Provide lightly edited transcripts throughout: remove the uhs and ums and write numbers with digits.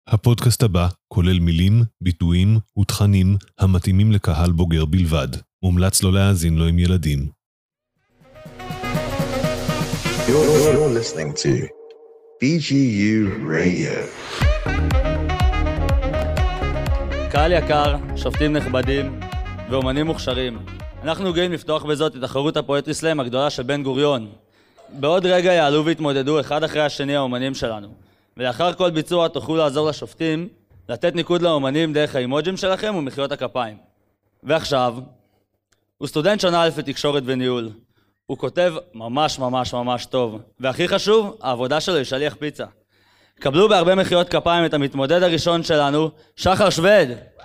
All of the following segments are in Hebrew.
הפודקאסט הבא כולל מילים, ביטויים ותכנים המתאימים לקהל בוגר בלבד. מומלץ לא להאזין לו עם ילדים. You're listening to BGU Radio. קהל יקר, שופטים נכבדים ואומנים מוכשרים. אנחנו גאים לפתוח בזאת את תחרות הפואטרי סלאם הגדולה של בן גוריון. בעוד רגע יעלו והתמודדו אחד אחרי השני האומנים שלנו. ולאחר כל ביצוע תוכלו לעזור לשופטים לתת ניקוד לאומנים דרך האימוג'ים שלכם ומחיאות הכפיים. ועכשיו, הוא סטודנט שנה א' לתקשורת וניהול. הוא כותב ממש טוב. והכי חשוב, העבודה שלו היא שליח פיצה. קבלו בהרבה מחיאות כפיים את המתמודד הראשון שלנו, שחר שווד.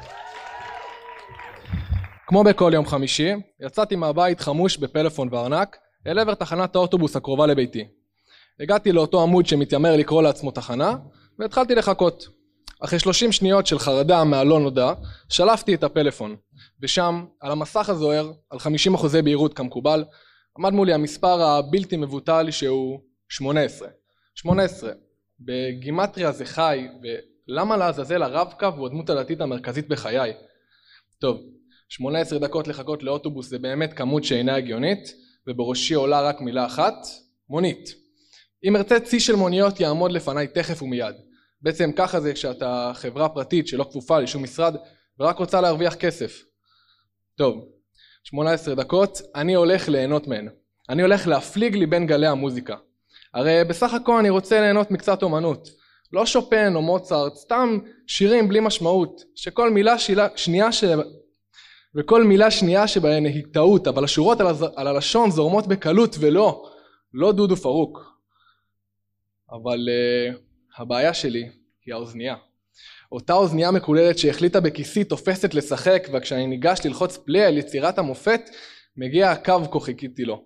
כמו בכל יום חמישי, יצאתי מהבית חמוש בפלאפון וארנק אל עבר תחנת האוטובוס הקרובה לביתי. הגעתי לאותו עמוד שמתיימר לקרוא לעצמו תחנה, והתחלתי לחכות. אחרי 30 שניות של חרדה מהלא נודע, שלפתי את הפלאפון, ושם, על המסך הזוהר, על 50% בהירות כמקובל, עמד מולי המספר הבלתי מבוטל שהוא 18. 18. בגימטריה זה חי, ולמה לעזאזל הרב-קו הוא הדמות הדתית המרכזית בחיי? טוב, 18 דקות לחכות לאוטובוס זה באמת כמות שאינה הגיונית, ובראשי עולה רק מילה אחת, מונית. אם ארצה צי של מוניות יעמוד לפניי תכף ומיד. בעצם ככה זה כשאתה חברה פרטית שלא כפופה לשום משרד ורק רוצה להרוויח כסף. טוב, 18 דקות, אני הולך ליהנות מהן. אני הולך להפליג לי בין גלי המוזיקה. הרי בסך הכל אני רוצה ליהנות מקצת אומנות. לא שופן או מוצרט, סתם שירים בלי משמעות, שכל מילה שנייה שבהן היא טעות, אבל השורות על הלשון זורמות בקלות ולא דודו פרוק. אבל הבעיה שלי היא האוזנייה. אותה אוזנייה מקוללת שהחליטה בכיסי תופסת לשחק, וכשאני ניגש ללחוץ פלי על יצירת המופת, מגיע הקו כה חיכיתי לו.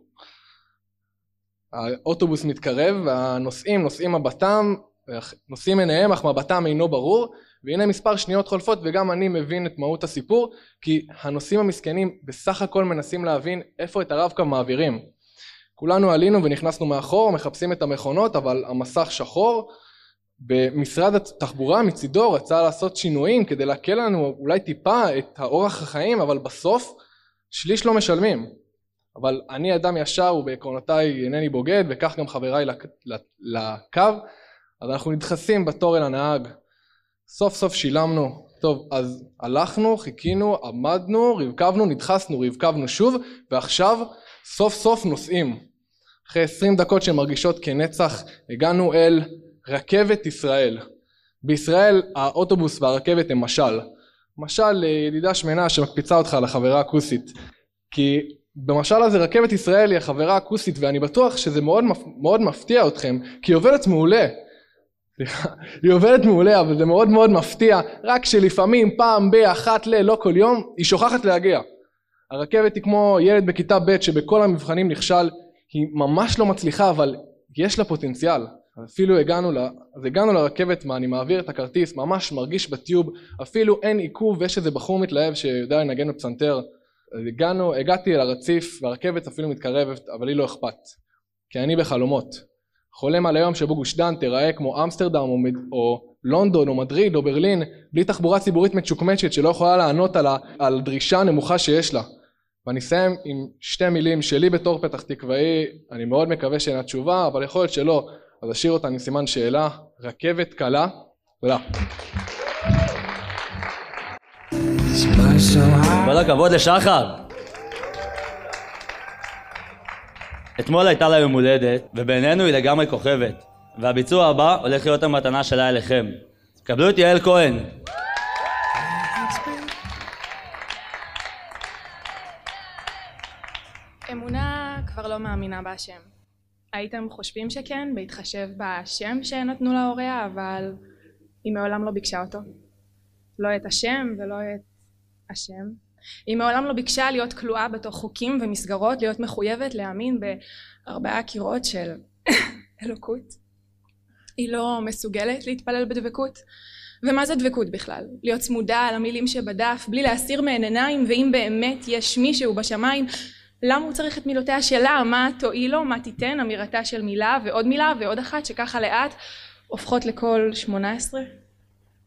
האוטובוס מתקרב והנוסעים נוסעים מבטם, נוסעים עיניהם אך מבטם אינו ברור, והנה מספר שניות חולפות וגם אני מבין את מהות הסיפור, כי הנוסעים המסכנים בסך הכל מנסים להבין איפה את הרב-קו מעבירים. כולנו עלינו ונכנסנו מאחור, מחפשים את המכונות, אבל המסך שחור. במשרד התחבורה מצידו רצה לעשות שינויים כדי להקל לנו אולי טיפה את האורח החיים, אבל בסוף שליש לא משלמים. אבל אני אדם ישר ובעקרונותיי אינני בוגד, וכך גם חבריי לקו, אז אנחנו נדחסים בתור אל הנהג. סוף סוף שילמנו. טוב, אז הלכנו, חיכינו, עמדנו, רכבנו, נדחסנו, רכבנו שוב, ועכשיו סוף סוף נוסעים. אחרי 20 דקות שמרגישות כנצח, הגענו אל רכבת ישראל. בישראל האוטובוס והרכבת הם משל. משל ידידה שמנה שמקפיצה אותך לחברה הכוסית. כי במשל הזה רכבת ישראל היא החברה הכוסית, ואני בטוח שזה מאוד מפתיע אתכם, כי היא עובדת מעולה. היא עובדת מעולה, אבל זה מאוד מפתיע, רק שלפעמים פעם באחת לא כל יום, היא שוכחת להגיע. הרכבת היא כמו ילד בכיתה ב' שבכל המבחנים נכשל, היא ממש לא מצליחה, אבל יש לה פוטנציאל. אפילו הגענו לרכבת, אני מעביר את הכרטיס, ממש מרגיש בטיוב, אפילו אין עיכוב ויש איזה בחור מתלהב שיודע לנגן בפסנתר. הגעתי אל הרציף והרכבת אפילו מתקרבת, אבל לי לא אכפת, כי אני בחלומות. חולם על היום שבו גוש דן תיראה כמו אמסטרדם או לונדון או מדריד או ברלין, בלי תחבורה ציבורית מצ'וקמצ'ת שלא יכולה לענות על דרישה נמוכה שיש לה. ואני אסיים עם שתי מילים שלי בתור פתח תקוואי, אני מאוד מקווה שאין התשובה, אבל יכול להיות שלא, אז אשאיר אותה עם סימן שאלה, רכבת קלה. תודה. כל הכבוד לשחר. אתמול הייתה לה יום הולדת, ובינינו היא לגמרי כוכבת, והביצוע הבא הולך להיות המתנה שלה אליכם. קבלו את יעל כהן. אמונה כבר לא מאמינה בהשם. הייתם חושבים שכן, בהתחשב בשם שנתנו להוריה, אבל היא מעולם לא ביקשה אותו. לא את השם ולא את השם. היא מעולם לא ביקשה להיות כלואה בתוך חוקים ומסגרות, להיות מחויבת להאמין בארבעה קירות של אלוקות. היא לא מסוגלת להתפלל בדבקות. ומה זה דבקות בכלל? להיות צמודה על המילים שבדף, בלי להסיר מהן עיניים, ואם באמת יש מישהו בשמיים, למה הוא צריך את מילותיה שלה? מה תועיל לו? מה תיתן? אמירתה של מילה ועוד אחת שככה לאט הופכות לכל 18?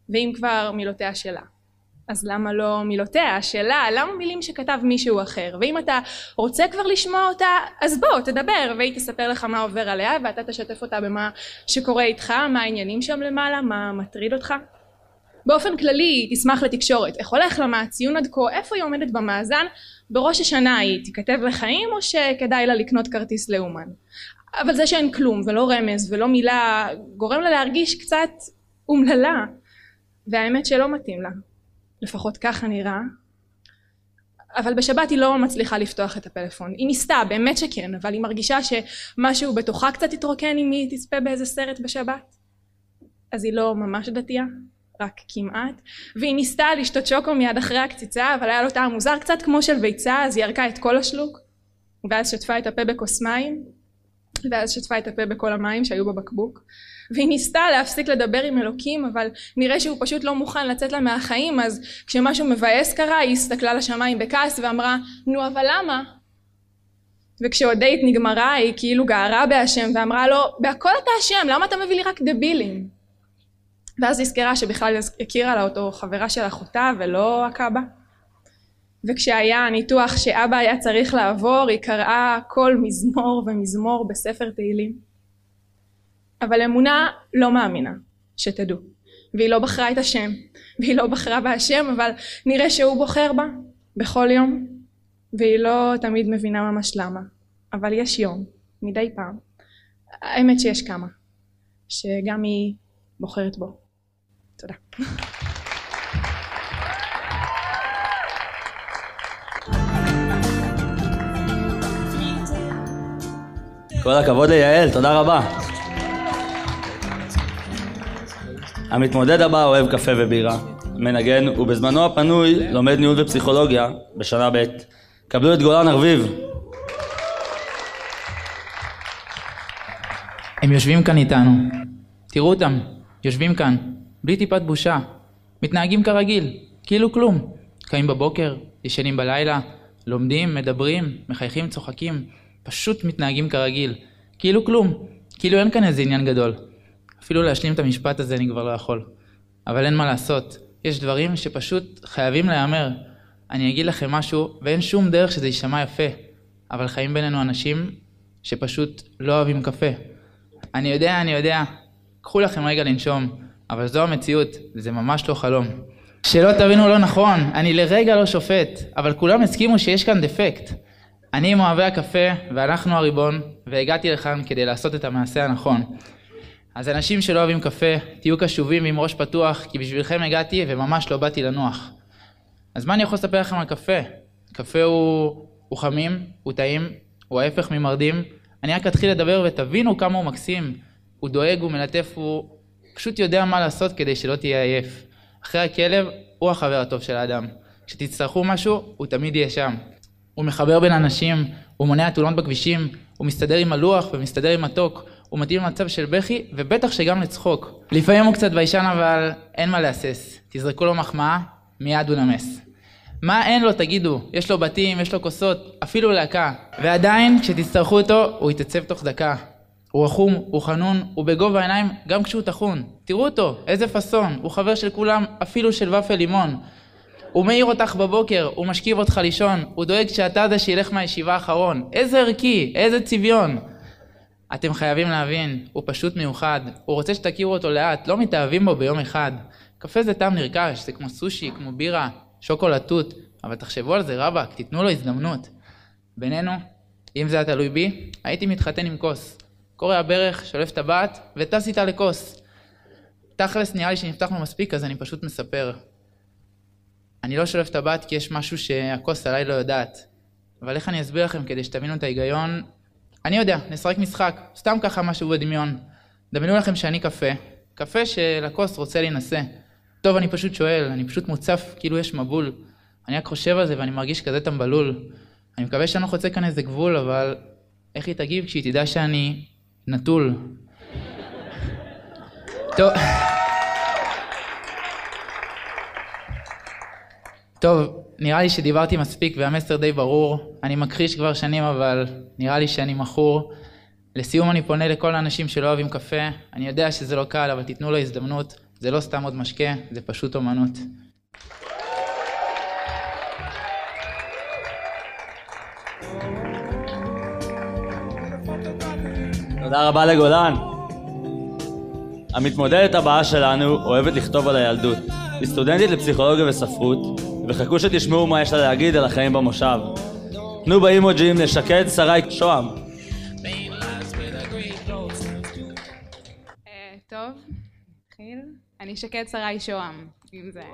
ואם כבר מילותיה שלה, אז למה לא מילותיה שלה? למה מילים שכתב מישהו אחר? ואם אתה רוצה כבר לשמוע אותה, אז בוא תדבר, והיא תספר לך מה עובר עליה, ואתה תשתף אותה במה שקורה איתך, מה העניינים שם למעלה, מה מטריד אותך. באופן כללי היא תשמח לתקשורת, איך הולך לה, מה הציון עד כה, איפה היא עומדת במאזן, בראש השנה היא תיכתב לחיים או שכדאי לה לקנות כרטיס לאומן. אבל זה שאין כלום ולא רמז ולא מילה גורם לה להרגיש קצת אומללה, והאמת שלא מתאים לה, לפחות ככה נראה. אבל בשבת היא לא מצליחה לפתוח את הפלאפון, היא ניסתה, באמת שכן, אבל היא מרגישה שמשהו בתוכה קצת יתרוקן אם היא תצפה באיזה סרט בשבת. אז היא לא ממש דתייה, רק כמעט, והיא ניסתה לשתות שוקו מיד אחרי הקציצה, אבל היה לו טעם מוזר קצת כמו של ביצה, אז היא ירקה את כל השלוק, ואז שטפה את הפה בכוס מים, ואז שטפה את הפה בכל המים שהיו בבקבוק, והיא ניסתה להפסיק לדבר עם אלוקים, אבל נראה שהוא פשוט לא מוכן לצאת לה מהחיים, אז כשמשהו מבאס קרה, היא הסתכלה לשמיים בכעס ואמרה, נו אבל למה? וכשהודית נגמרה, היא כאילו גערה בהשם ואמרה לו, בהכל אתה השם, למה אתה מביא לי רק דבילים? ואז היא הזכרה שבכלל הכירה לה אותו חברה של אחותה ולא הקאבה. וכשהיה הניתוח שאבא היה צריך לעבור, היא קראה כל מזמור ומזמור בספר תהילים. אבל אמונה לא מאמינה, שתדעו. והיא לא בחרה את השם, והיא לא בחרה בהשם, אבל נראה שהוא בוחר בה בכל יום. והיא לא תמיד מבינה ממש למה. אבל יש יום, מדי פעם. האמת שיש כמה, שגם היא בוחרת בו. תודה. כל הכבוד ליעל, תודה רבה. המתמודד הבא אוהב קפה ובירה, מנגן ובזמנו הפנוי לומד ניהול ופסיכולוגיה בשנה ב'. קבלו את גולן ארביב. הם יושבים כאן איתנו, תראו אותם, יושבים כאן, בלי טיפת בושה, מתנהגים כרגיל, כאילו כלום, קמים בבוקר, ישנים בלילה, לומדים, מדברים, מחייכים, צוחקים, פשוט מתנהגים כרגיל, כאילו כלום, כאילו אין כאן איזה עניין גדול. אפילו להשלים את המשפט הזה אני כבר לא יכול. אבל אין מה לעשות, יש דברים שפשוט חייבים להיאמר. אני אגיד לכם משהו ואין שום דרך שזה יישמע יפה, אבל חיים בינינו אנשים שפשוט לא אוהבים קפה. אני יודע, קחו לכם רגע לנשום, אבל זו המציאות, זה ממש לא חלום. שלא תבינו לא נכון, אני לרגע לא שופט, אבל כולם הסכימו שיש כאן דפקט. אני עם אוהבי הקפה ואנחנו הריבון, והגעתי לכאן כדי לעשות את המעשה הנכון. אז אנשים שלא אוהבים קפה, תהיו קשובים עם ראש פתוח, כי בשבילכם הגעתי וממש לא באתי לנוח. אז מה אני יכול לספר לכם על קפה? קפה הוא חמים, הוא טעים, הוא ההפך ממרדים. אני רק אתחיל לדבר ותבינו כמה הוא מקסים. הוא דואג, הוא מלטף, הוא פשוט יודע מה לעשות כדי שלא תהיה עייף. אחרי הכלב, הוא החבר הטוב של האדם. כשתצטרכו משהו, הוא תמיד יהיה שם. הוא מחבר בין אנשים, הוא מונע תאונות בכבישים, הוא מסתדר עם הלוח ומסתדר עם מתוק, הוא מתאים למצב של בכי ובטח שגם לצחוק. לפעמים הוא קצת ביישן אבל אין מה להסס. תזרקו לו מחמאה, מיד הוא נמס. מה אין לו תגידו? יש לו בתים, יש לו כוסות, אפילו להקה. ועדיין כשתצטרכו אותו הוא יתעצב תוך דקה. הוא רחום, הוא חנון, הוא בגובה העיניים גם כשהוא תחון. תראו אותו, איזה פסון, הוא חבר של כולם, אפילו של ופל לימון. הוא מאיר אותך בבוקר, הוא משכיב אותך לישון, הוא דואג שאתה זה שילך מהישיבה האחרון. איזה ערכי, איזה צביון. אתם חייבים להבין, הוא פשוט מיוחד. הוא רוצה שתכירו אותו לאט, לא מתאהבים בו ביום אחד. קפה זה טעם נרכש, זה כמו סושי, כמו בירה, שוקולד תות, אבל תחשבו על זה רבק, תיתנו לו הזדמנות. בינינו, אם זה היה תלוי בי, הייתי מתחתן עם כוס. קורא הברך, שולף טבעת וטס איתה לכוס. תכלס נראה לי שנפתחנו מספיק, אז אני פשוט מספר. אני לא שולף טבעת כי יש משהו שהכוס עליי לא יודעת. אבל איך אני אסביר לכם כדי שתבינו את ההיגיון? אני יודע, נשחק משחק, סתם ככה משהו בדמיון. דמיינו לכם שאני קפה, קפה שלכוס רוצה להינשא. טוב, אני פשוט שואל, אני פשוט מוצף כאילו יש מבול. אני רק חושב על זה ואני מרגיש כזה טמבלול. אני מקווה שאני לא חוצה כאן איזה גבול, אבל איך היא תגיב כשהיא תדע שאני נטול? טוב, נראה לי שדיברתי מספיק והמסר די ברור. אני מכחיש כבר שנים, אבל נראה לי שאני מכור. לסיום אני פונה לכל האנשים שלא אוהבים קפה. אני יודע שזה לא קל, אבל תיתנו לו הזדמנות. זה לא סתם עוד משקה, זה פשוט אומנות. תודה רבה לגולן. המתמודדת הבאה שלנו אוהבת לכתוב על הילדות. היא סטודנטית לפסיכולוגיה וספרות, וחכו שתשמעו מה יש לה להגיד על החיים במושב. תנו באימוג'ים לשקד שרי שוהם. טוב, נתחיל. אני שקד שרי שוהם, אם זה...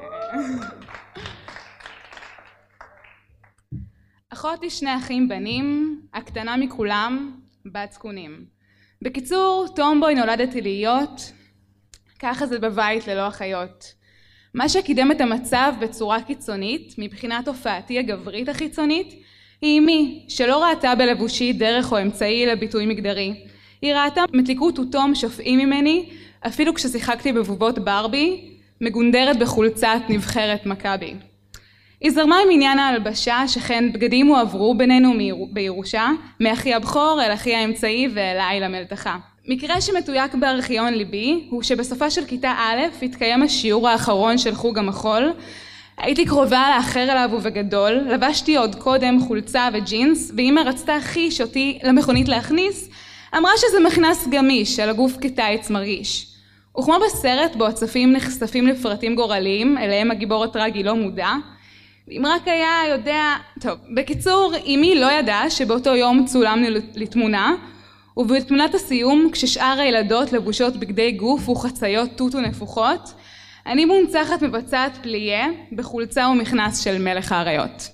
אחות לשני אחים בנים, הקטנה מכולם, בת זקונים. בקיצור, טומבוי נולדתי להיות, ככה זה בבית ללא אחיות. מה שקידם את המצב בצורה קיצונית, מבחינת הופעתי הגברית החיצונית, היא אמי, שלא ראתה בלבושי דרך או אמצעי לביטוי מגדרי. היא ראתה מתליקות ותום שופעים ממני, אפילו כששיחקתי בבובות ברבי, מגונדרת בחולצת נבחרת מכבי. היא זרמה עם עניין ההלבשה, שכן בגדים הועברו בינינו בירושה, מאחי הבכור אל אחי האמצעי ואליי למלתחה. מקרה שמתויק בארכיון ליבי, הוא שבסופה של כיתה א' התקיים השיעור האחרון של חוג המחול. הייתי קרובה לאחר אליו ובגדול, לבשתי עוד קודם חולצה וג'ינס, ואמא רצתה חיש אותי למכונית להכניס, אמרה שזה מכנס גמיש, על הגוף כטייץ מרגיש. וכמו בסרט בו הצופים נחשפים לפרטים גורליים, אליהם הגיבור הטרגי לא מודע, אם רק היה יודע... טוב, בקיצור, אמי לא ידעה שבאותו יום צולם לתמונה, ובתמונת הסיום, כששאר הילדות לבושות בגדי גוף וחציות טוטו נפוחות, אני מונצחת מבצעת פליה בחולצה ומכנס של מלך האריות.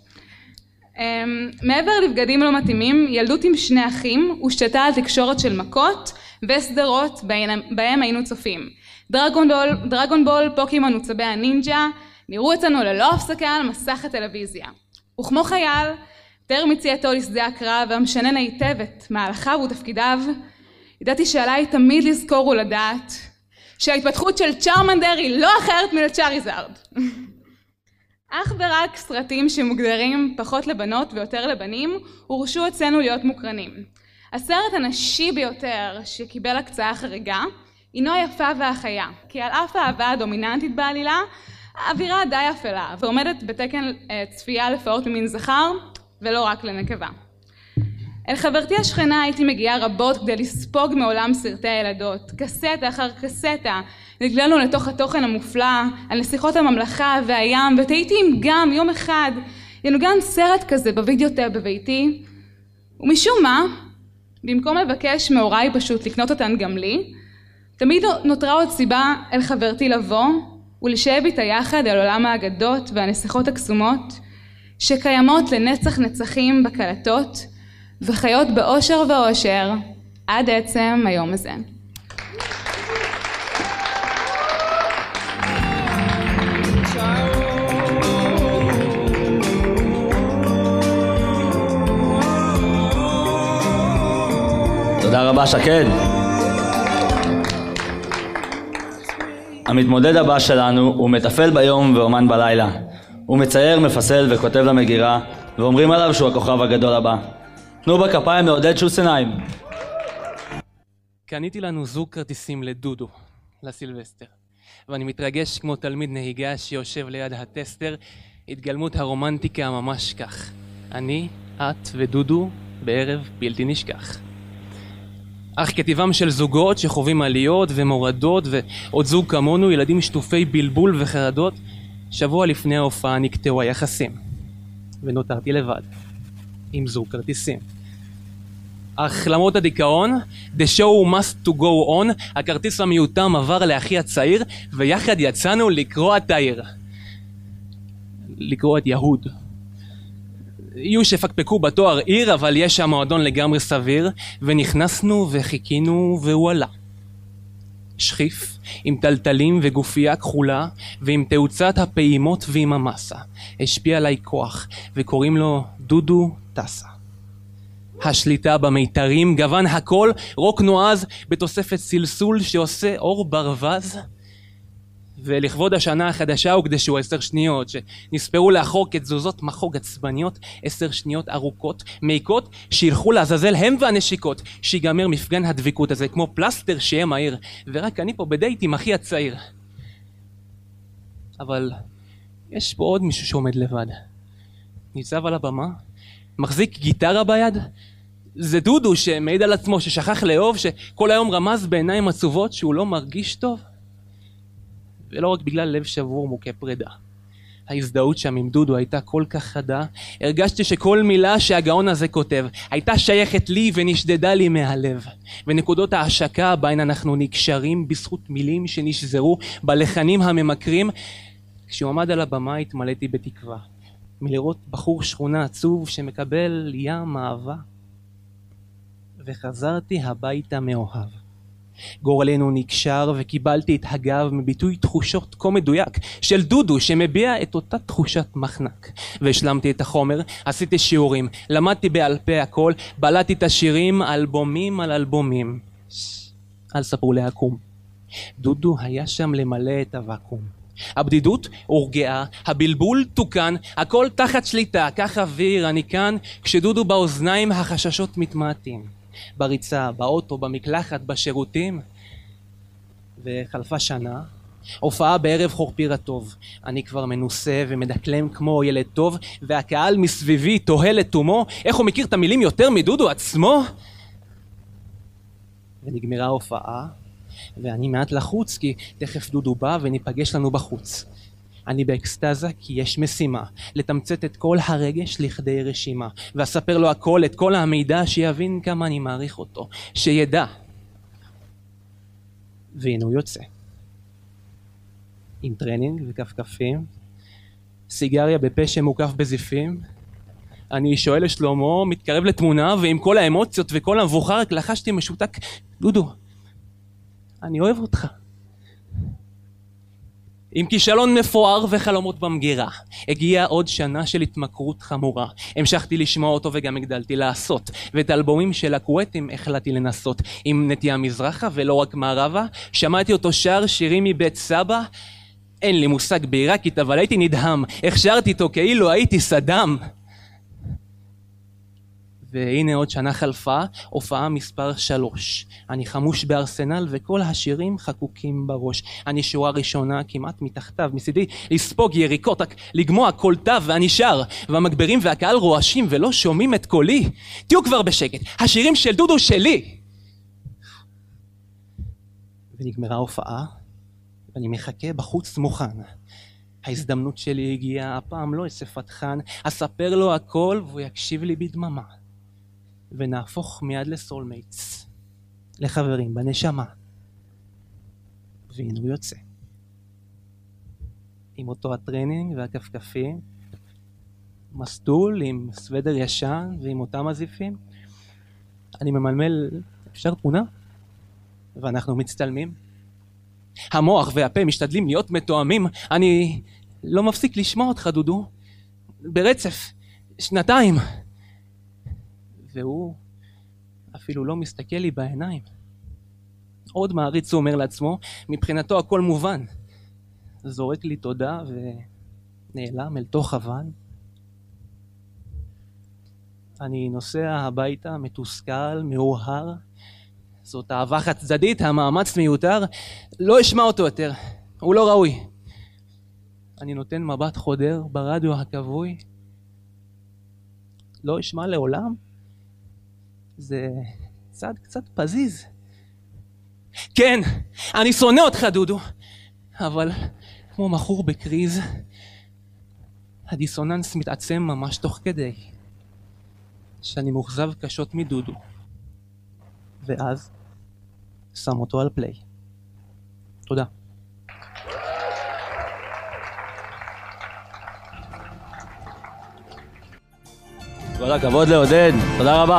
מעבר לבגדים לא מתאימים, ילדות עם שני אחים הושתתה על תקשורת של מכות וסדרות בהם היינו צופים. דרגון בול, פוקימון וצבי הנינג'ה, נראו אצלנו ללא הפסקה על מסך הטלוויזיה. וכמו חייל, טרם יציאתו לשדה הקרב והמשנן היטב את מהלכיו ותפקידיו, ידעתי שעליי תמיד לזכור ולדעת שההתפתחות של צ'רמנדר היא לא אחרת מלצ'אריזארד. אך ורק סרטים שמוגדרים פחות לבנות ויותר לבנים הורשו אצלנו להיות מוקרנים. הסרט הנשי ביותר שקיבל הקצאה חריגה הינו היפה והחיה, כי על אף האהבה הדומיננטית בעלילה, האווירה די אפלה ועומדת בתקן צפייה לפעוט ממין זכר ולא רק לנקבה. אל חברתי השכנה הייתי מגיעה רבות כדי לספוג מעולם סרטי הילדות, קסטה אחר קסטה, נגלנו לתוך התוכן המופלא, על נסיכות הממלכה והים, ותהיתי אם גם יום אחד ינוגן סרט כזה בווידאוטאפ בביתי, ומשום מה, במקום לבקש מהוריי פשוט לקנות אותן גם לי, תמיד נותרה עוד סיבה אל חברתי לבוא ולשב איתה יחד על עולם האגדות והנסיכות הקסומות, שקיימות לנצח נצחים בקלטות, וחיות באושר ואושר עד עצם היום הזה. תודה רבה שקד. המתמודד הבא שלנו הוא מטפל ביום ואומן בלילה. הוא מצייר, מפסל וכותב למגירה, ואומרים עליו שהוא הכוכב הגדול הבא. תנו בכפיים לעודד שוסנהיים. קניתי לנו זוג כרטיסים לדודו, לסילבסטר, ואני מתרגש כמו תלמיד נהיגה שיושב ליד הטסטר, התגלמות הרומנטיקה ממש כך. אני, את ודודו בערב בלתי נשכח. אך כטבעם של זוגות שחווים עליות ומורדות, ועוד זוג כמונו, ילדים שטופי בלבול וחרדות, שבוע לפני ההופעה נקטעו היחסים, ונותרתי לבד, עם זוג כרטיסים. אך למרות הדיכאון, the show must to go on, הכרטיס המיותם עבר לאחי הצעיר, ויחד יצאנו לקרוא את העיר. לקרוא את יהוד. יהיו שפקפקו בתואר עיר, אבל יש שם מועדון לגמרי סביר, ונכנסנו וחיכינו והוא עלה. שחיף, עם טלטלים וגופייה כחולה, ועם תאוצת הפעימות ועם המסה. השפיע עליי כוח, וקוראים לו דודו טסה. השליטה במיתרים, גוון הכל, רוק נועז, בתוספת סלסול שעושה אור ברווז. ולכבוד השנה החדשה הוקדשו 10 שניות, שנספרו לאחור כתזוזות מחוג עצבניות, 10 שניות ארוכות, מעיקות, שילכו לעזאזל הם והנשיקות, שיגמר מפגן הדביקות הזה כמו פלסטר שיהיה מהיר, ורק אני פה בדייט עם אחי הצעיר. אבל יש פה עוד מישהו שעומד לבד. ניצב על הבמה, מחזיק גיטרה ביד. זה דודו שמעיד על עצמו ששכח לאהוב, שכל היום רמז בעיניים עצובות שהוא לא מרגיש טוב. ולא רק בגלל לב שבור מוכה פרידה. ההזדהות שם עם דודו הייתה כל כך חדה, הרגשתי שכל מילה שהגאון הזה כותב הייתה שייכת לי ונשדדה לי מהלב. ונקודות ההשקה בהן אנחנו נקשרים בזכות מילים שנשזרו בלחנים הממכרים. כשהוא עמד על הבמה התמלאתי בתקווה, מלראות בחור שכונה עצוב שמקבל ים אהבה. וחזרתי הביתה מאוהב. גורלנו נקשר וקיבלתי את הגב מביטוי תחושות כה מדויק של דודו שמביע את אותה תחושת מחנק. והשלמתי את החומר, עשיתי שיעורים, למדתי בעל פה הכל, בלעתי את השירים אלבומים על אלבומים. אל ספרו להקום. דודו היה שם למלא את הוואקום. הבדידות הורגעה, הבלבול תוקן, הכל תחת שליטה, כך אוויר, אני כאן, כשדודו באוזניים החששות מתמעטים. בריצה, באוטו, במקלחת, בשירותים. וחלפה שנה, הופעה בערב חורפיר הטוב. אני כבר מנוסה ומדקלם כמו ילד טוב, והקהל מסביבי תוהה לתומו, איך הוא מכיר את המילים יותר מדודו עצמו? ונגמרה ההופעה, ואני מעט לחוץ, כי תכף דודו בא וניפגש לנו בחוץ. אני באקסטזה כי יש משימה, לתמצת את כל הרגש לכדי רשימה, ואספר לו הכל, את כל המידע, שיבין כמה אני מעריך אותו, שידע. והנה הוא יוצא. עם טרנינג וכפכפים, סיגריה בפה שמוקף בזיפים. אני שואל לשלמה, מתקרב לתמונה, ועם כל האמוציות וכל המבוכר, רק לחשתי משותק, דודו, אני אוהב אותך. עם כישלון מפואר וחלומות במגירה, הגיעה עוד שנה של התמכרות חמורה. המשכתי לשמוע אותו וגם הגדלתי לעשות, ואת האלבומים של הקווטים החלטתי לנסות. עם נטייה מזרחה ולא רק מערבה, שמעתי אותו שר שירים מבית סבא. אין לי מושג בעיראקית, אבל הייתי נדהם, הכשרתי איתו כאילו הייתי סדאם. והנה עוד שנה חלפה, הופעה מספר 3. אני חמוש בארסנל וכל השירים חקוקים בראש. אני שורה ראשונה כמעט מתחתיו, מצידי לספוג יריקות, רק לגמוע כל תו, ואני שר, והמגברים והקהל רועשים ולא שומעים את קולי. תהיו כבר בשקט, השירים של דודו שלי. ונגמרה ההופעה, ואני מחכה בחוץ מוכן. ההזדמנות שלי הגיעה, הפעם לא אספת חן, אספר לו הכל והוא יקשיב לי בדממה. ונהפוך מיד לסולמייטס, לחברים בנשמה. והנה הוא יוצא. עם אותו הטרנינג והכפכפים, מסטול עם סוודר ישן ועם אותם הזיפים. אני ממלמל, אפשר תמונה? ואנחנו מצטלמים. המוח והפה משתדלים להיות מתואמים. אני לא מפסיק לשמוע אותך דודו, ברצף, 2. והוא אפילו לא מסתכל לי בעיניים. עוד מעריץ הוא אומר לעצמו, מבחינתו הכל מובן. זורק לי תודה ונעלם אל תוך אבן. אני נוסע הביתה מתוסכל, מאוהר. זאת אהבה חד צדדית, המאמץ מיותר. לא אשמע אותו יותר, הוא לא ראוי. אני נותן מבט חודר ברדיו הכבוי. לא אשמע לעולם? זה צד קצת פזיז. כן, אני שונא אותך דודו, אבל כמו מחור בקריז, הדיסוננס מתעצם ממש תוך כדי שאני מוחזב קשות מדודו, ואז שם אותו על פליי. תודה. כל הכבוד לעודד, תודה רבה.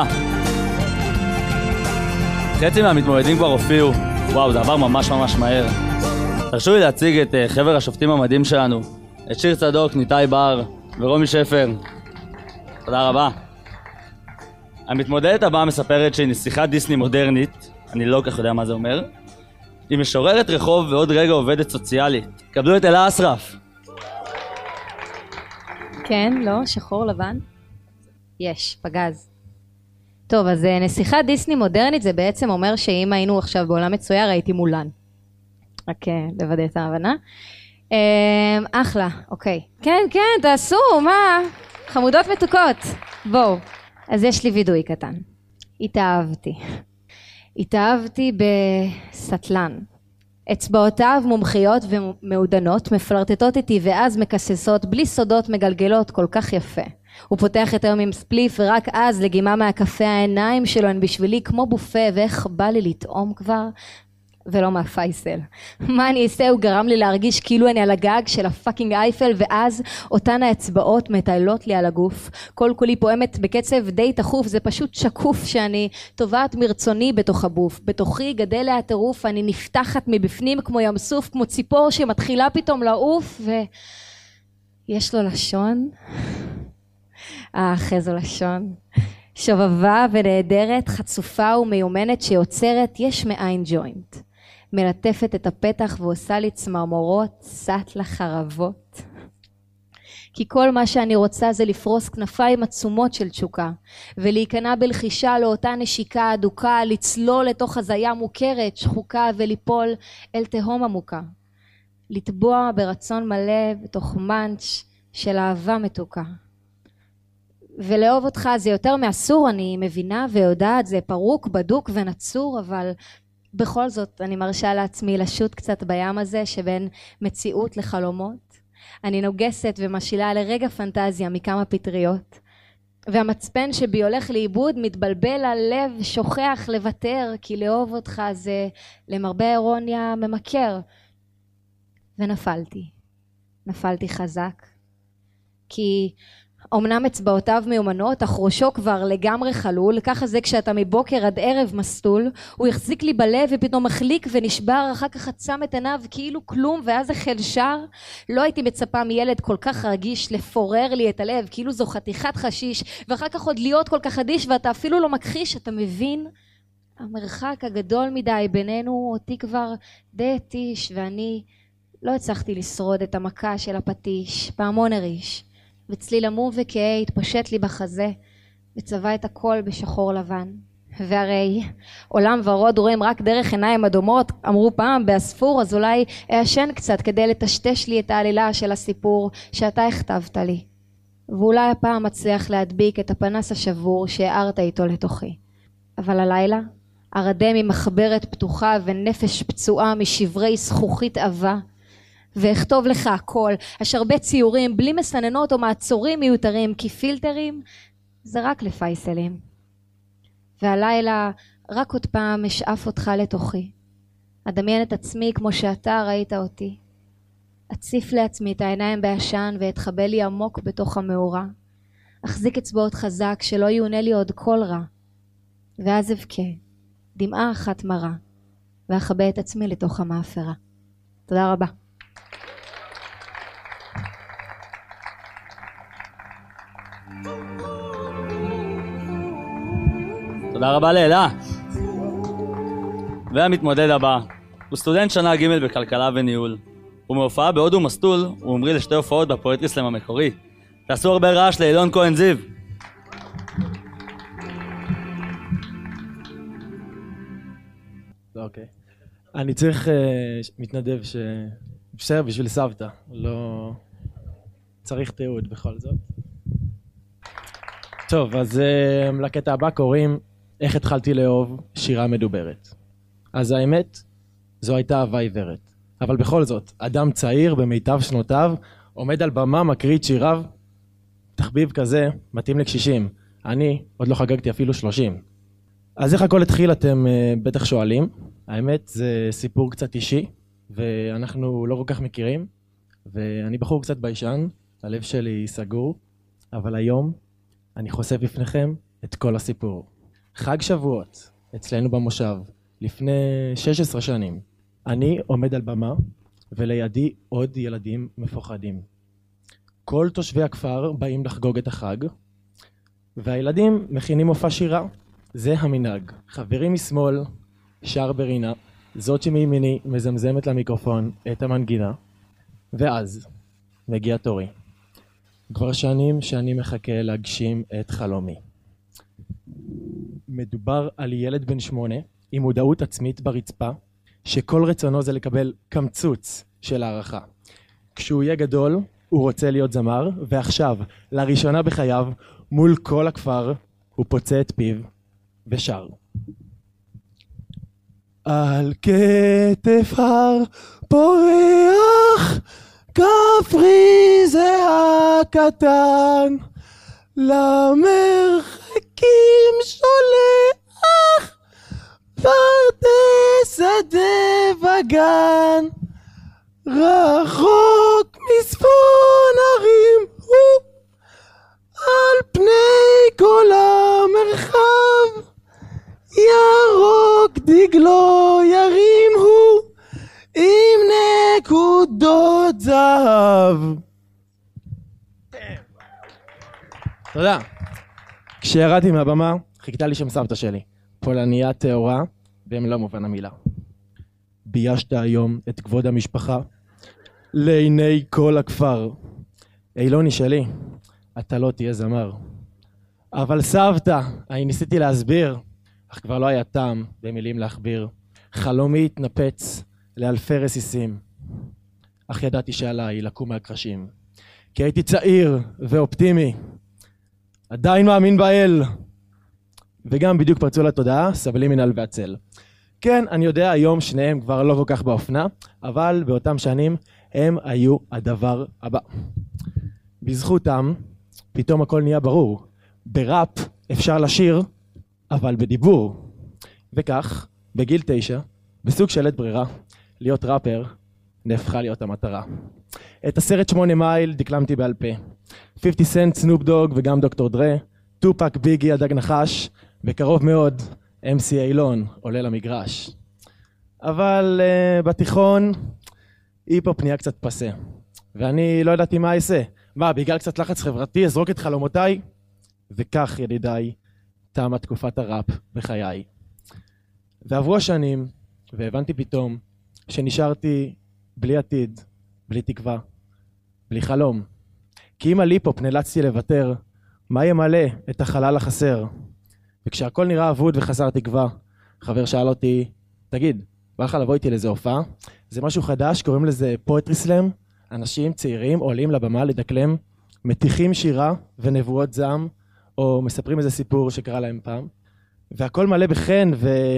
חצי מהמתמודדים כבר הופיעו, וואו, זה עבר ממש מהר. תרשו לי להציג את חבר השופטים המדהים שלנו, את שיר צדוק, ניתאי בר ורומי שפר. תודה רבה. המתמודדת הבאה מספרת שהיא נסיכת דיסני מודרנית, אני לא כך יודע מה זה אומר. היא משוררת רחוב ועוד רגע עובדת סוציאלית. קבלו את אלה אסרף. כן, לא, שחור לבן. יש, פגז. טוב, אז נסיכת דיסני מודרנית זה בעצם אומר שאם היינו עכשיו בעולם מצויר הייתי מולן. רק לוודא את ההבנה. אחלה, אוקיי. כן, תעשו, מה? חמודות מתוקות. בואו. אז יש לי וידוי קטן. התאהבתי בסטלן. אצבעותיו מומחיות ומעודנות, מפלרטטות איתי ואז מקססות, בלי סודות מגלגלות, כל כך יפה. הוא פותח את היום עם ספליף ורק אז לגימה מהקפה העיניים שלו הן בשבילי כמו בופה, ואיך בא לי לטעום כבר, ולא מהפייסל. מה אני אעשה? הוא גרם לי להרגיש כאילו אני על הגג של הפאקינג אייפל, ואז אותן האצבעות מטיילות לי על הגוף. כל כולי פועמת בקצב די תחוף, זה פשוט שקוף שאני טובעת מרצוני בתוך הבוף. בתוכי גדל לה הטירוף, אני נפתחת מבפנים כמו ים סוף, כמו ציפור שמתחילה פתאום לעוף, ויש לו לשון. אחרי זו לשון. שובבה ונהדרת, חצופה ומיומנת שיוצרת יש מאין ג'וינט. מלטפת את הפתח ועושה לי צמרמורות, סט לחרבות. כי כל מה שאני רוצה זה לפרוס כנפיים עצומות של תשוקה, ולהיכנע בלחישה לאותה נשיקה אדוקה, לצלול לתוך הזיה מוכרת, שחוקה, וליפול אל תהום עמוקה. לטבוע ברצון מלא בתוך מאנץ' של אהבה מתוקה. ולאהוב אותך זה יותר מאסור, אני מבינה ויודעת, זה פרוק, בדוק ונצור, אבל בכל זאת אני מרשה לעצמי לשוט קצת בים הזה שבין מציאות לחלומות. אני נוגסת ומשילה לרגע פנטזיה מכמה פטריות, והמצפן שבי הולך לאיבוד מתבלבל הלב, שוכח לוותר, כי לאהוב אותך זה למרבה אירוניה ממכר. ונפלתי חזק, כי אמנם אצבעותיו מיומנות, אך ראשו כבר לגמרי חלול, ככה זה כשאתה מבוקר עד ערב מסטול, הוא החזיק לי בלב ופתאום מחליק ונשבר, אחר כך עצם את עיניו כאילו כלום, ואז החל שר. לא הייתי מצפה מילד כל כך רגיש לפורר לי את הלב, כאילו זו חתיכת חשיש, ואחר כך עוד להיות כל כך אדיש, ואתה אפילו לא מכחיש, אתה מבין? המרחק הגדול מדי בינינו אותי כבר די התיש, ואני לא הצלחתי לשרוד את המכה של הפטיש, פעמון הריש. וצליל עמום וכהה התפשט לי בחזה וצבע את הכל בשחור לבן. והרי עולם ורוד רואים רק דרך עיניים אדומות, אמרו פעם באספור, אז אולי אעשן קצת כדי לטשטש לי את העלילה של הסיפור שאתה הכתבת לי, ואולי הפעם מצליח להדביק את הפנס השבור שהארת איתו לתוכי. אבל הלילה ארדם ממחברת פתוחה ונפש פצועה משברי זכוכית עבה, ואכתוב לך הכל, השרבה ציורים בלי מסננות או מעצורים מיותרים, כי פילטרים זה רק לפייסלים. והלילה רק עוד פעם אשאף אותך לתוכי, אדמיין את עצמי כמו שאתה ראית אותי, אציף לעצמי את העיניים בעשן ואתחבא לי עמוק בתוך המאורה, אחזיק אצבעות חזק שלא יעונה לי עוד כל רע, ואז אבכה דמעה אחת מרה ואחבא את עצמי לתוך המאפרה. תודה רבה. תודה רבה לאלה. והמתמודד הבא הוא סטודנט שנה ג' בכלכלה וניהול. הוא מהופעה בהודו מסטול, הוא ממריא לשתי הופעות בפואטרי סלאם המקורי. תעשו הרבה רעש לאילון כהן זיו. אוקיי. אני צריך מתנדב שבסדר בשביל סבתא, לא צריך תיעוד בכל זאת. טוב, אז לקטע הבא קוראים איך התחלתי לאהוב שירה מדוברת. אז האמת, זו הייתה אהבה עיוורת. אבל בכל זאת, אדם צעיר במיטב שנותיו, עומד על במה, מקריא את שיריו, תחביב כזה מתאים לקשישים. אני עוד לא חגגתי אפילו 30. אז איך הכל התחיל אתם בטח שואלים. האמת זה סיפור קצת אישי, ואנחנו לא כל כך מכירים, ואני בחור קצת ביישן, הלב שלי סגור, אבל היום אני חושף בפניכם את כל הסיפור. חג שבועות אצלנו במושב, לפני 16 שנים. אני עומד על במה, ולידי עוד ילדים מפוחדים. כל תושבי הכפר באים לחגוג את החג, והילדים מכינים מופע שירה. זה המנהג. חברים משמאל שר ברינה, זאת שמימיני מזמזמת למיקרופון את המנגינה, ואז מגיע תורי. כבר שנים שאני מחכה להגשים את חלומי. מדובר על ילד בן 8 עם מודעות עצמית ברצפה, שכל רצונו זה לקבל קמצוץ של הערכה. כשהוא יהיה גדול, הוא רוצה להיות זמר, ועכשיו, לראשונה בחייו, מול כל הכפר, הוא פוצע את פיו ושר. על כתף הר פורח, כפרי זה הקטן, למרחקים שולח, פרדס שדה וגן, רחוק מצפון הרים הוא, על פני כל המרחב, ירוק דגלו ירים הוא, עם נקודות זהב. תודה. כשירדתי מהבמה, חיכתה לי שם סבתא שלי, פולניה טהורה, במלוא מובן המילה. ביישת היום את כבוד המשפחה לעיני כל הכפר. אילוני שלי, אתה לא תהיה זמר. אבל סבתא, אני ניסיתי להסביר, אך כבר לא היה טעם במילים להכביר. חלומי התנפץ לאלפי רסיסים, אך ידעתי שעליי לקום מהקרשים. כי הייתי צעיר ואופטימי, עדיין מאמין באל. וגם בדיוק פרצו לתודעה, סבלי מנהל ועצל. כן, אני יודע, היום שניהם כבר לא כל כך באופנה, אבל באותם שנים הם היו הדבר הבא. בזכותם, פתאום הכל נהיה ברור. בראפ אפשר לשיר, אבל בדיבור. וכך, בגיל 9, בסוג של עת ברירה, להיות ראפר נהפכה להיות המטרה. את הסרט 8 מייל דקלמתי בעל פה. 50 סנט, סנופ דוג וגם דוקטור דרה, טופק, ביגי, הדג נחש, בקרוב מאוד MC אילון עולה למגרש. אבל בתיכון היפ-הופ נהיה קצת פסה, ואני לא ידעתי מה אעשה. מה, בגלל קצת לחץ חברתי אזרוק את חלומותיי? וכך ידידיי, תמה תקופת הראפ בחיי. ועברו השנים, והבנתי פתאום שנשארתי בלי עתיד, בלי תקווה, בלי חלום. כי אם על היפ-הופ נאלצתי לוותר, מה ימלא את החלל החסר? וכשהכל נראה אבוד וחסר תקווה, חבר שאל אותי, תגיד, בא לך לבוא איתי לאיזה הופעה? זה משהו חדש, קוראים לזה פואטרי סלאם. אנשים צעירים עולים לבמה לדקלם, מתיחים שירה ונבואות זעם, או מספרים איזה סיפור שקרה להם פעם. והכל מלא בחן,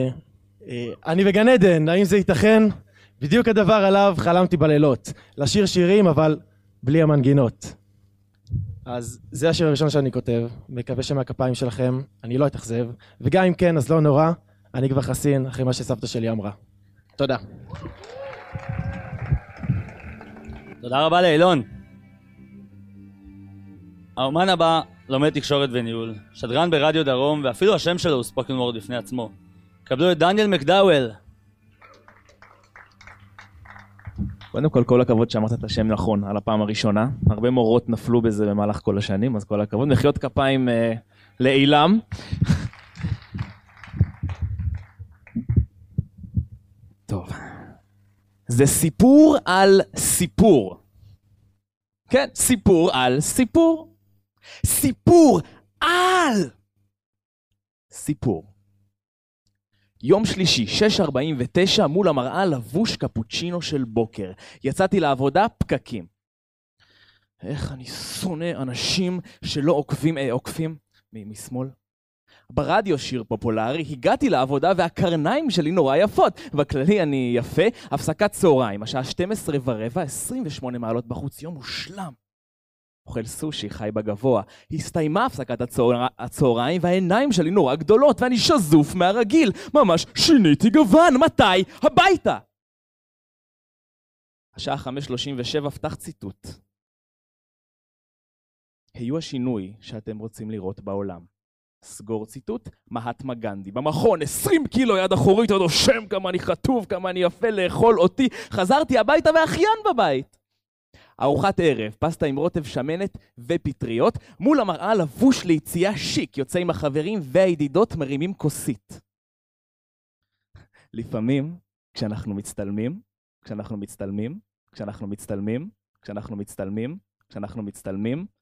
ואני בגן עדן, האם זה ייתכן? בדיוק הדבר עליו חלמתי בלילות. לשיר שירים, אבל בלי המנגינות. אז זה השיר הראשון שאני כותב, מקווה שמהכפיים שלכם אני לא אתאכזב, וגם אם כן, אז לא נורא, אני כבר חסין אחרי מה שסבתא שלי אמרה. תודה. תודה רבה לאילון. האומן הבא לומד תקשורת וניהול, שדרן ברדיו דרום, ואפילו השם שלו הוא ספוקן וורד בפני עצמו. קבלו את דניאל מקדאוול. קודם כל הכבוד שאמרת את השם נכון על הפעם הראשונה. הרבה מורות נפלו בזה במהלך כל השנים, אז כל הכבוד. מחיאות כפיים לאילם. טוב. זה סיפור על סיפור. כן, סיפור על סיפור. סיפור על סיפור. יום שלישי, 6:49, מול המראה לבוש קפוצ'ינו של בוקר. יצאתי לעבודה, פקקים. איך אני שונא אנשים שלא עוקפים משמאל. ברדיו שיר פופולרי, הגעתי לעבודה והקרניים שלי נורא יפות. בכללי אני יפה, הפסקת צהריים, השעה 12:15, 28 מעלות בחוץ, יום מושלם. אוכל סושי, חי בגבוה. הסתיימה הפסקת הצהריים והעיניים שלי נורא גדולות ואני שזוף מהרגיל. ממש שיניתי גוון. מתי? הביתה! השעה 5:37, פתח ציטוט. היו השינוי שאתם רוצים לראות בעולם. סגור ציטוט, מהטמה גנדי. במכון, 20 קילו יד אחורית, עוד שם כמה אני חטוב, כמה אני יפה לאכול אותי. חזרתי הביתה ואחיין בבית. ארוחת ערב, פסטה עם רוטב שמנת ופטריות, מול המראה לבוש ליציאה שיק, יוצא עם החברים והידידות מרימים כוסית. לפעמים, כשאנחנו מצטלמים,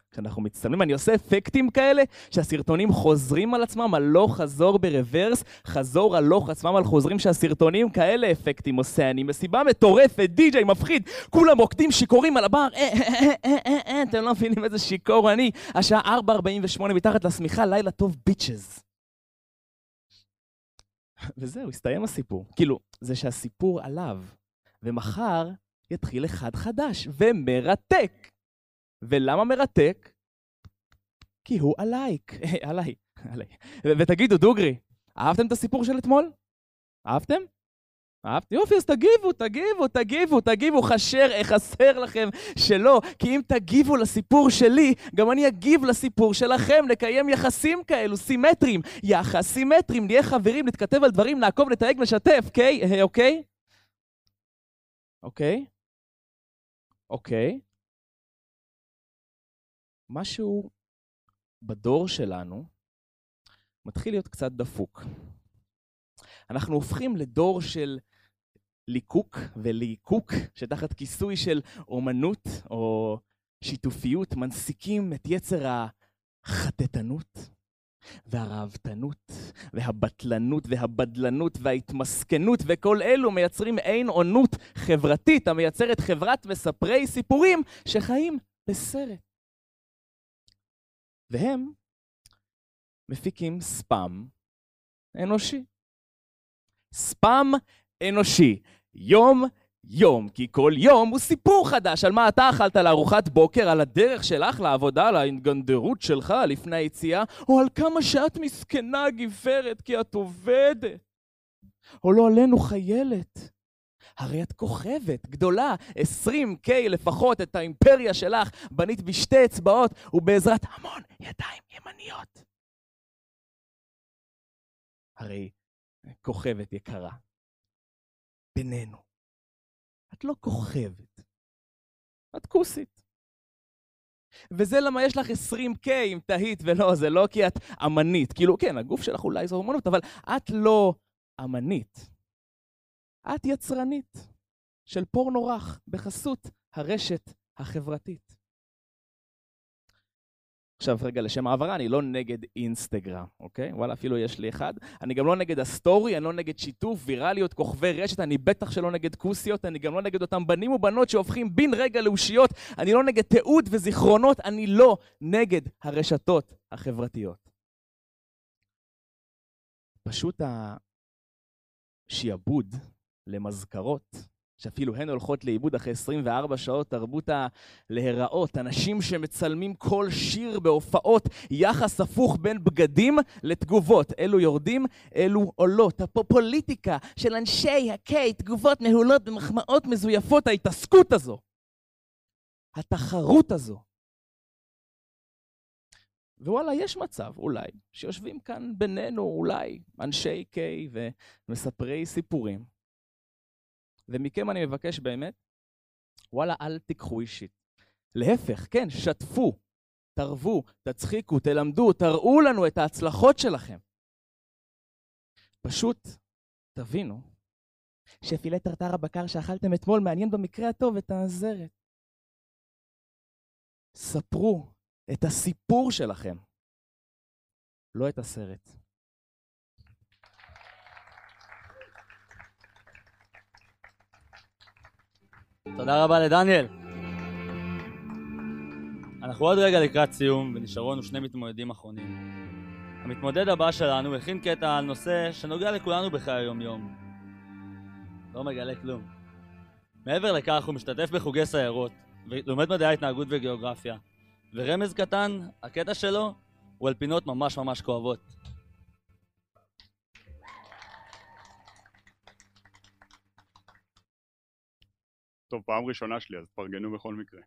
כשאנחנו מצטלמים, אני עושה אפקטים כאלה, שהסרטונים חוזרים על עצמם, הלוך חזור ברוורס, חזור הלוך עצמם על חוזרים, שהסרטונים כאלה אפקטים עושה. אני מסיבה מטורפת, די-ג'יי מפחיד, כולם רוקדים שיכורים על הבר, אתם לא מבינים איזה שיקור אני. השעה 4:48 מתחת לשמיכה, לילה טוב ביצ'ז. וזהו, הסתיים הסיפור. כאילו, זה שהסיפור עליו, ומחר יתחיל אחד חדש, ומרתק. ולמה מרתק? כי הוא עלייק. עליי. ותגידו, דוגרי, אהבתם את הסיפור של אתמול? אהבתם? יופי, אז תגיבו, חסר לכם שלא, כי אם תגיבו לסיפור שלי, גם אני אגיב לסיפור שלכם, לקיים יחסים כאלו, סימטריים, יחס סימטריים, נהיה חברים, נתכתב על דברים, נעקוב, נתייג, נשתף, אוקיי? משהו בדור שלנו מתחיל להיות קצת דפוק. אנחנו הופכים לדור של ליקוק וליקוק, שתחת כיסוי של אומנות או שיתופיות מנסיקים את יצר החטטנות והרעבתנות והבטלנות והבדלנות וההתמסכנות, וכל אלו מייצרים אין עונות חברתית המייצרת חברת מספרי סיפורים שחיים בסרט. והם מפיקים ספאם אנושי. ספאם אנושי. יום, כי כל יום הוא סיפור חדש על מה אתה אכלת לארוחת בוקר, על הדרך שלך לעבודה, על ההתגנדרות שלך לפני היציאה, או על כמה שאת מסכנה גברת כי את עובדת. או לא עלינו חיילת. הרי את כוכבת גדולה, 20K לפחות, את האימפריה שלך בנית בשתי אצבעות ובעזרת המון ידיים ימניות. הרי כוכבת יקרה, בינינו, את לא כוכבת, את כוסית. וזה למה יש לך 20K אם תהית, ולא, זה לא כי את אמנית. כאילו, כן, הגוף שלך אולי זו אמנות, אבל את לא אמנית. את יצרנית של פורנו רך בחסות הרשת החברתית. עכשיו רגע, לשם העברה, אני לא נגד אינסטגרם, אוקיי? וואלה, אפילו יש לי אחד. אני גם לא נגד הסטורי, אני לא נגד שיתוף, ויראליות, כוכבי רשת, אני בטח שלא נגד כוסיות, אני גם לא נגד אותם בנים ובנות שהופכים בין רגע לאושיות, אני לא נגד תיעוד וזיכרונות, אני לא נגד הרשתות החברתיות. פשוט השיעבוד למזכרות, שאפילו הן הולכות לאיבוד אחרי 24 שעות, תרבות להיראות, אנשים שמצלמים כל שיר בהופעות, יחס הפוך בין בגדים לתגובות, אלו יורדים, אלו עולות, הפופוליטיקה של אנשי הקיי, תגובות מהולות במחמאות מזויפות, ההתעסקות הזו, התחרות הזו. ווואלה, יש מצב, אולי, שיושבים כאן בינינו, אולי, אנשי קיי ומספרי סיפורים, ומכם אני מבקש באמת, וואלה, אל תיקחו אישית. להפך, כן, שתפו, תרבו, תצחיקו, תלמדו, תראו לנו את ההצלחות שלכם. פשוט תבינו שפילה טרטר הבקר שאכלתם אתמול מעניין במקרה הטוב את הזרת. ספרו את הסיפור שלכם, לא את הסרט. תודה רבה לדניאל. אנחנו עוד רגע לקראת סיום ונשארו לנו שני מתמודדים אחרונים. המתמודד הבא שלנו הכין קטע על נושא שנוגע לכולנו בחיי היום-יום. לא מגלה כלום. מעבר לכך הוא משתתף בחוגי סיירות ולומד מדעי ההתנהגות וגיאוגרפיה. ורמז קטן, הקטע שלו הוא על פינות ממש ממש כואבות. טוב, פעם ראשונה שלי, אז פרגנו בכל מקרה.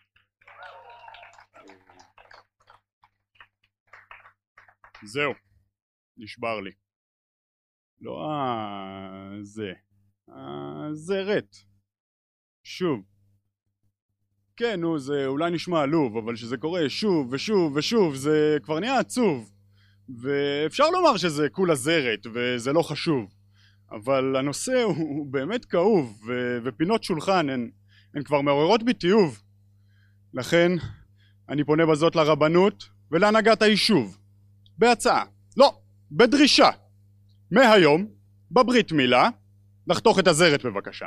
זהו, נשבר לי. לא זה, הזרת. שוב. כן, נו, זה אולי נשמע עלוב, אבל שזה קורה שוב ושוב ושוב, זה כבר נהיה עצוב. ואפשר לומר שזה כולה זרת, וזה לא חשוב. אבל הנושא הוא באמת כאוב, ופינות שולחן הן כבר מעוררות בי תיוב. לכן אני פונה בזאת לרבנות ולהנהגת היישוב. בהצעה, לא, בדרישה. מהיום, בברית מילה, לחתוך את הזרת בבקשה.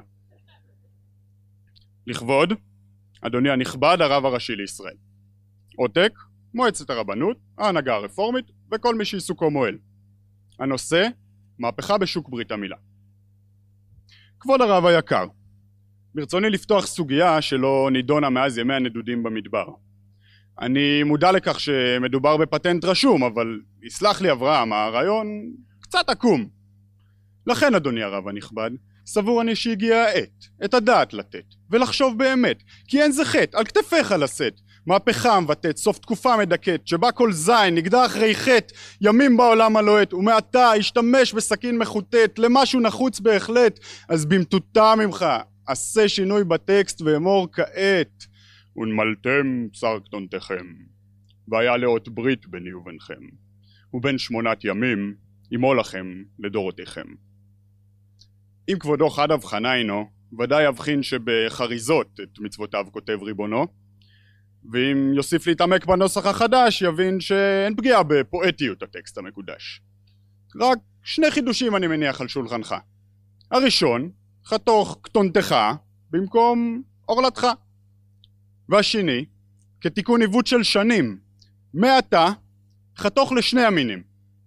לכבוד, אדוני הנכבד הרב הראשי לישראל. עותק, מועצת הרבנות, ההנהגה הרפורמית וכל מי שעיסוקו מועל. הנושא, מהפכה בשוק ברית המילה. כבוד הרב היקר, ברצוני לפתוח סוגיה שלא נידונה מאז ימי הנדודים במדבר. אני מודע לכך שמדובר בפטנט רשום, אבל יסלח לי אברהם, הרעיון קצת עקום. לכן אדוני הרב הנכבד, סבור אני שהגיע העת, את הדעת לתת, ולחשוב באמת, כי אין זה חטא, על כתפיך לשאת, מהפכה מבטאת, סוף תקופה מדכאת, שבה כל זין נגדע אחרי חטא, ימים בעולם הלוהט, ומעתה ישתמש בסכין מחוטט, למשהו נחוץ בהחלט, אז במטותא ממך, עשה שינוי בטקסט ואמור כעת, ונמלתם בשר קטונתכם, והיה לאות ברית ביני וביניכם, ובין 8 ימים ימו לכם לדורותיכם. אם כבודו חד הבחנה הינו, ודאי יבחין שבחריזות את מצוותיו כותב ריבונו, ואם יוסיף להתעמק בנוסח החדש יבין שאין פגיעה בפואטיות הטקסט המקודש. רק 2 חידושים אני מניח על שולחנך. הראשון, חתוך קטונתך במקום עורלתך. והשני, כתיקון עיוות של שנים, מעתה חתוך ל2 המינים.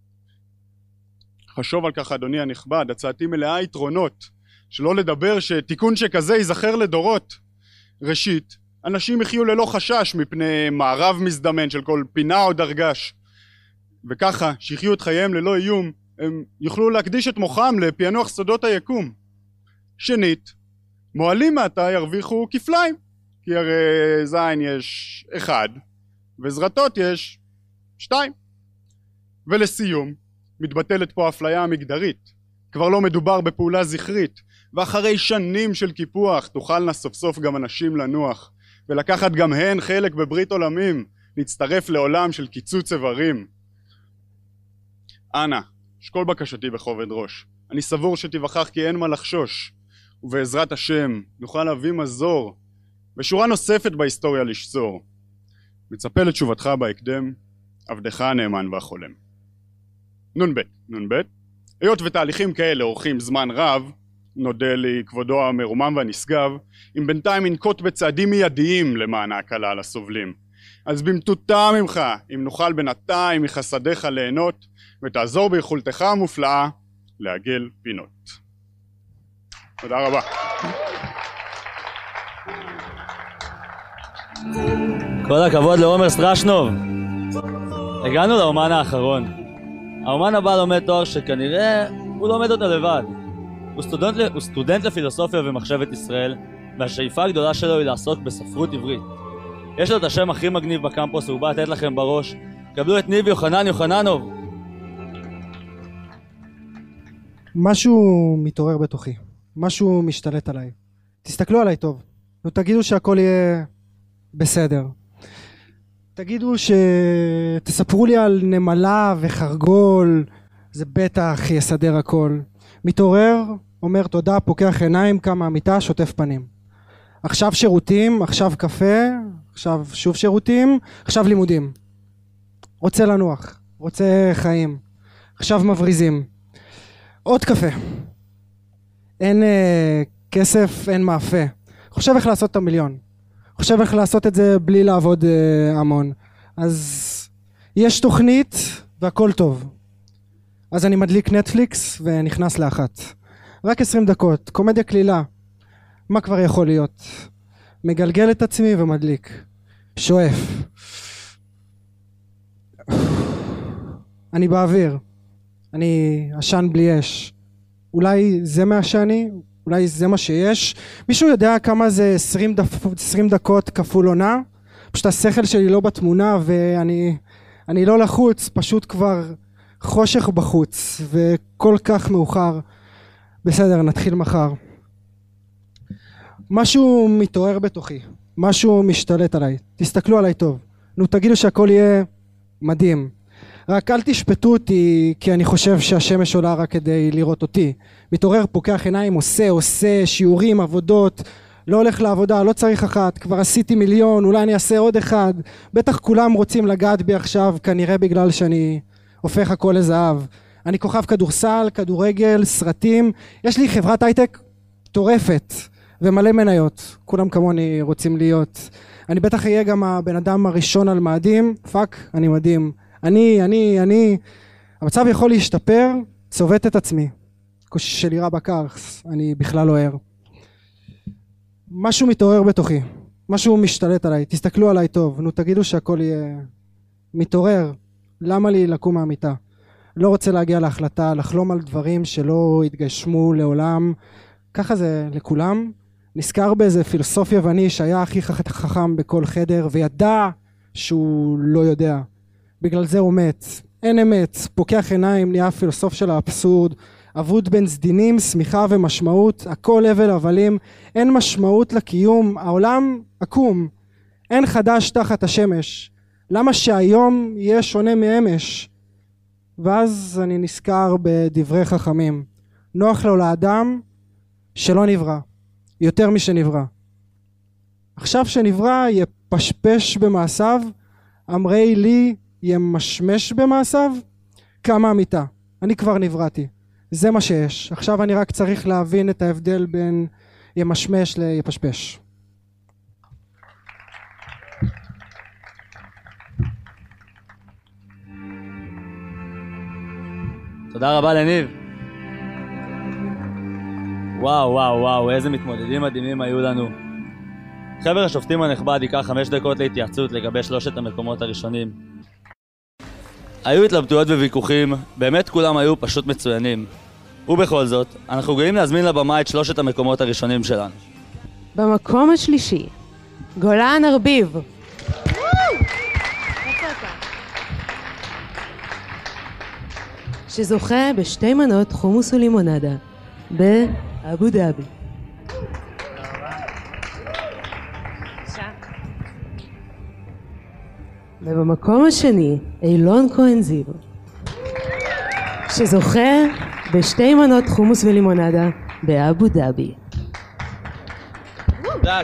חשוב על כך אדוני הנכבד, הצעתי מלאה יתרונות, שלא לדבר שתיקון שכזה ייזכר לדורות. ראשית, אנשים יחיו ללא חשש מפני מערב מזדמן של כל פינה או דרגש, וככה שיחיו את חייהם ללא איום, הם יוכלו להקדיש את מוחם לפענוח סודות היקום. שנית, מועלים מעתה ירוויחו כפליים, כי הרי זין יש 1 וזרתות יש 2. ולסיום, מתבטלת פה אפליה המגדרית, כבר לא מדובר בפעולה זכרית, ואחרי שנים של קיפוח תוכלנה סוף סוף גם אנשים לנוח, ולקחת גם הן חלק בברית עולמים, להצטרף לעולם של קיצוץ איברים. אנא, שקול בקשתי בכובד ראש, אני סבור שתיווכח כי אין מה לחשוש, ובעזרת השם נוכל להביא מזור, ושורה נוספת בהיסטוריה לשזור. מצפה לתשובתך בהקדם, עבדך הנאמן והחולם. נ"ב. היות ותהליכים כאלה אורכים זמן רב, נודה לי כבודו המרומם והנשגב, אם בינתיים ינקוט בצעדים מיידיים למען ההקלה על הסובלים. אז במטותא ממך, אם נוכל בינתיים מחסדיך ליהנות, ותעזור ביכולתך המופלאה לעגל פינות. תודה רבה. כל הכבוד לעומר סטרשנוב. הגענו לאומן האחרון. האומן הבא לומד תואר שכנראה הוא לומד אותו לבד. הוא סטודנט לפילוסופיה ומחשבת ישראל, והשאיפה הגדולה שלו היא לעסוק בספרות עברית. יש לו את השם הכי מגניב בקמפוס, והוא בא לתת לכם בראש. קבלו את ניב יוחננוב. משהו מתעורר בתוכי, משהו משתלט עליי. תסתכלו עליי טוב, נו תגידו שהכל יהיה בסדר. תספרו לי על נמלה וחרגול, זה בטח יסדר הכל. מתעורר, אומר תודה, פוקח עיניים, קם מהמיטה, שוטף פנים. עכשיו שירותים, עכשיו קפה, עכשיו שוב שירותים, עכשיו לימודים. רוצה לנוח, רוצה חיים. עכשיו מבריזים. עוד קפה. אין כסף, אין מאפה. חושב איך לעשות את המיליון. חושב איך לעשות את זה בלי לעבוד המון. אז יש תוכנית והכל טוב. אז אני מדליק נטפליקס ונכנס לאחת. רק 20 דקות, קומדיה כלילה. מה כבר יכול להיות? מגלגל את עצמי ומדליק. שואף. אני באוויר. אני עשן בלי אש. אולי זה מה שאני? אולי זה מה שיש? מישהו יודע כמה זה 20 דקות כפול עונה? פשוט השכל שלי לא בתמונה ואני לא לחוץ, פשוט כבר חושך בחוץ וכל כך מאוחר. בסדר, נתחיל מחר. משהו מתעורר בתוכי, משהו משתלט עליי. תסתכלו עליי טוב. נו תגידו שהכל יהיה מדהים. רק אל תשפטו אותי כי אני חושב שהשמש עולה רק כדי לראות אותי. מתעורר, פוקח עיניים, עושה שיעורים, עבודות. לא הולך לעבודה, לא צריך אחת, כבר עשיתי מיליון, אולי אני אעשה עוד אחד. בטח כולם רוצים לגעת בי עכשיו, כנראה בגלל שאני הופך הכל לזהב. אני כוכב כדורסל, כדורגל, סרטים, יש לי חברת הייטק טורפת ומלא מניות, כולם כמוני רוצים להיות. אני בטח אהיה גם הבן אדם הראשון על מאדים, פאק, אני מדהים. אני. המצב יכול להשתפר, צובט את עצמי. קושי שלי רע בקרס, אני בכלל לא ער. משהו מתעורר בתוכי, משהו משתלט עליי, תסתכלו עליי טוב, נו תגידו שהכל יהיה מתעורר. למה לי לקום מהמיטה? לא רוצה להגיע להחלטה, לחלום על דברים שלא יתגשמו לעולם. ככה זה לכולם. נזכר באיזה פילוסוף יווני שהיה הכי חכם בכל חדר וידע שהוא לא יודע. בגלל זה הוא מת. אין אמת, פוקח עיניים, נהיה פילוסוף של האבסורד. אבוד בין סדינים, סמיכה ומשמעות, הכל הבל הבלים, אין משמעות לקיום, העולם עקום. אין חדש תחת השמש. למה שהיום יהיה שונה מאמש? ואז אני נזכר בדברי חכמים. נוח לו לאדם שלא נברא, יותר משנברא. עכשיו שנברא יפשפש במעשיו, אמרי לי ימשמש במעשיו. כמה אמיתה, אני כבר נבראתי, זה מה שיש. עכשיו אני רק צריך להבין את ההבדל בין ימשמש ליפשפש. תודה רבה לניב. וואו, איזה מתמודדים מדהימים היו לנו. חבר השופטים הנכבד ייקח 5 דקות להתייעצות לגבי 3 המקומות הראשונים. היו התלבטויות וויכוחים, באמת כולם היו פשוט מצוינים. ובכל זאת, אנחנו גאים להזמין לבמה את 3 המקומות הראשונים שלנו. במקום השלישי, גולן ארביב. שזוכה ב2 מנות חומוס ולימונדה באבו דאבי. ובמקום השני, אילון כהן זיו, שזוכה ב2 מנות חומוס ולימונדה באבו דאבי. תודה.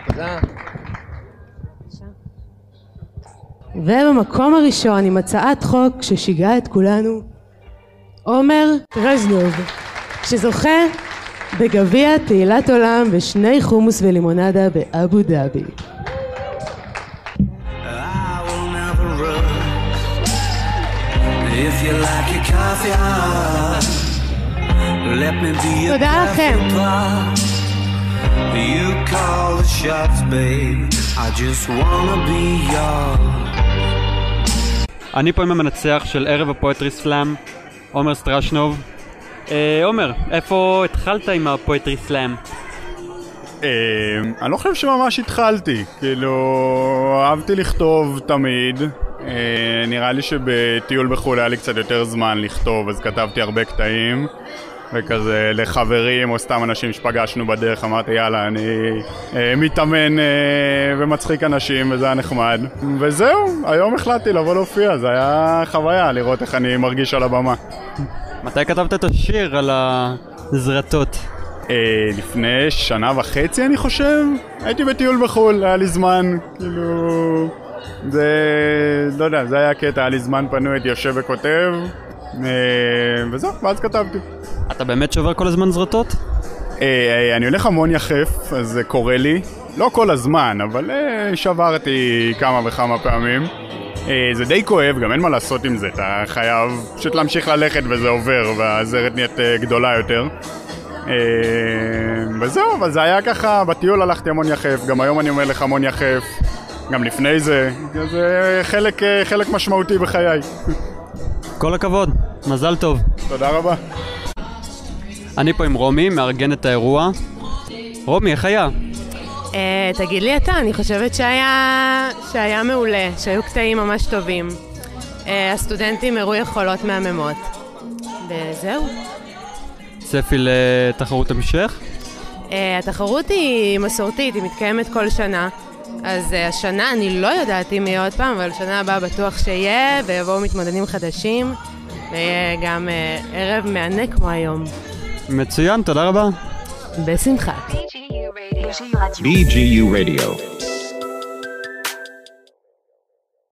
ובמקום הראשון, עם הצעת חוק ששיגעה את כולנו, עומר רזנוב, שזוכה בגביע תהילת עולם ו2 חומוס ולימונדה באבו דאבי. תודה לכם. אני פה עם המנצח של ערב הפואטרי סלאם, עומר סטרשנוב. עומר, איפה התחלת עם הפואטרי סלאם? אני לא חושב שממש התחלתי, כאילו אהבתי לכתוב תמיד. נראה לי שבטיול בחו"ל היה לי קצת יותר זמן לכתוב, אז כתבתי הרבה קטעים וכזה לחברים או סתם אנשים שפגשנו בדרך, אמרתי יאללה אני מתאמן ומצחיק אנשים וזה היה נחמד, וזהו, היום החלטתי לבוא להופיע, זה היה חוויה לראות איך אני מרגיש על הבמה. מתי כתבת את השיר על הזרטות? לפני 1.5 שנה אני חושב, הייתי בטיול בחו"ל, היה לי זמן, כאילו זה, לא יודע, זה היה קטע, היה לי זמן פנוי, הייתי יושב וכותב וזהו, ואז כתבתי. אתה באמת שובר כל הזמן זרטות? אני הולך המון יחף, אז זה קורה לי, לא כל הזמן, אבל שברתי כמה וכמה פעמים. זה די כואב, גם אין מה לעשות עם זה, אתה חייב פשוט להמשיך ללכת וזה עובר והזרת נהיית גדולה יותר. וזהו, אבל זה היה ככה, בטיול הלכתי המון יחף, גם היום אני אומר לך המון יחף, גם לפני זה, זה חלק משמעותי בחיי. כל הכבוד, מזל טוב. תודה רבה. אני פה עם רומי, מארגן את האירוע. רומי, איך היה? תגיד לי אתה, אני חושבת שהיה מעולה, שהיו קטעים ממש טובים. הסטודנטים הראו יכולות מהממות. וזהו. צפי לתחרות המשך? התחרות היא מסורתית, היא מתקיימת כל שנה. אז השנה אני לא יודעת אם יהיה עוד פעם, אבל שנה הבאה בטוח שיהיה, ויבואו מתמודדים חדשים, ויהיה גם ערב מענה כמו היום. מצוין, תודה רבה. בשמחה. BGU Radio.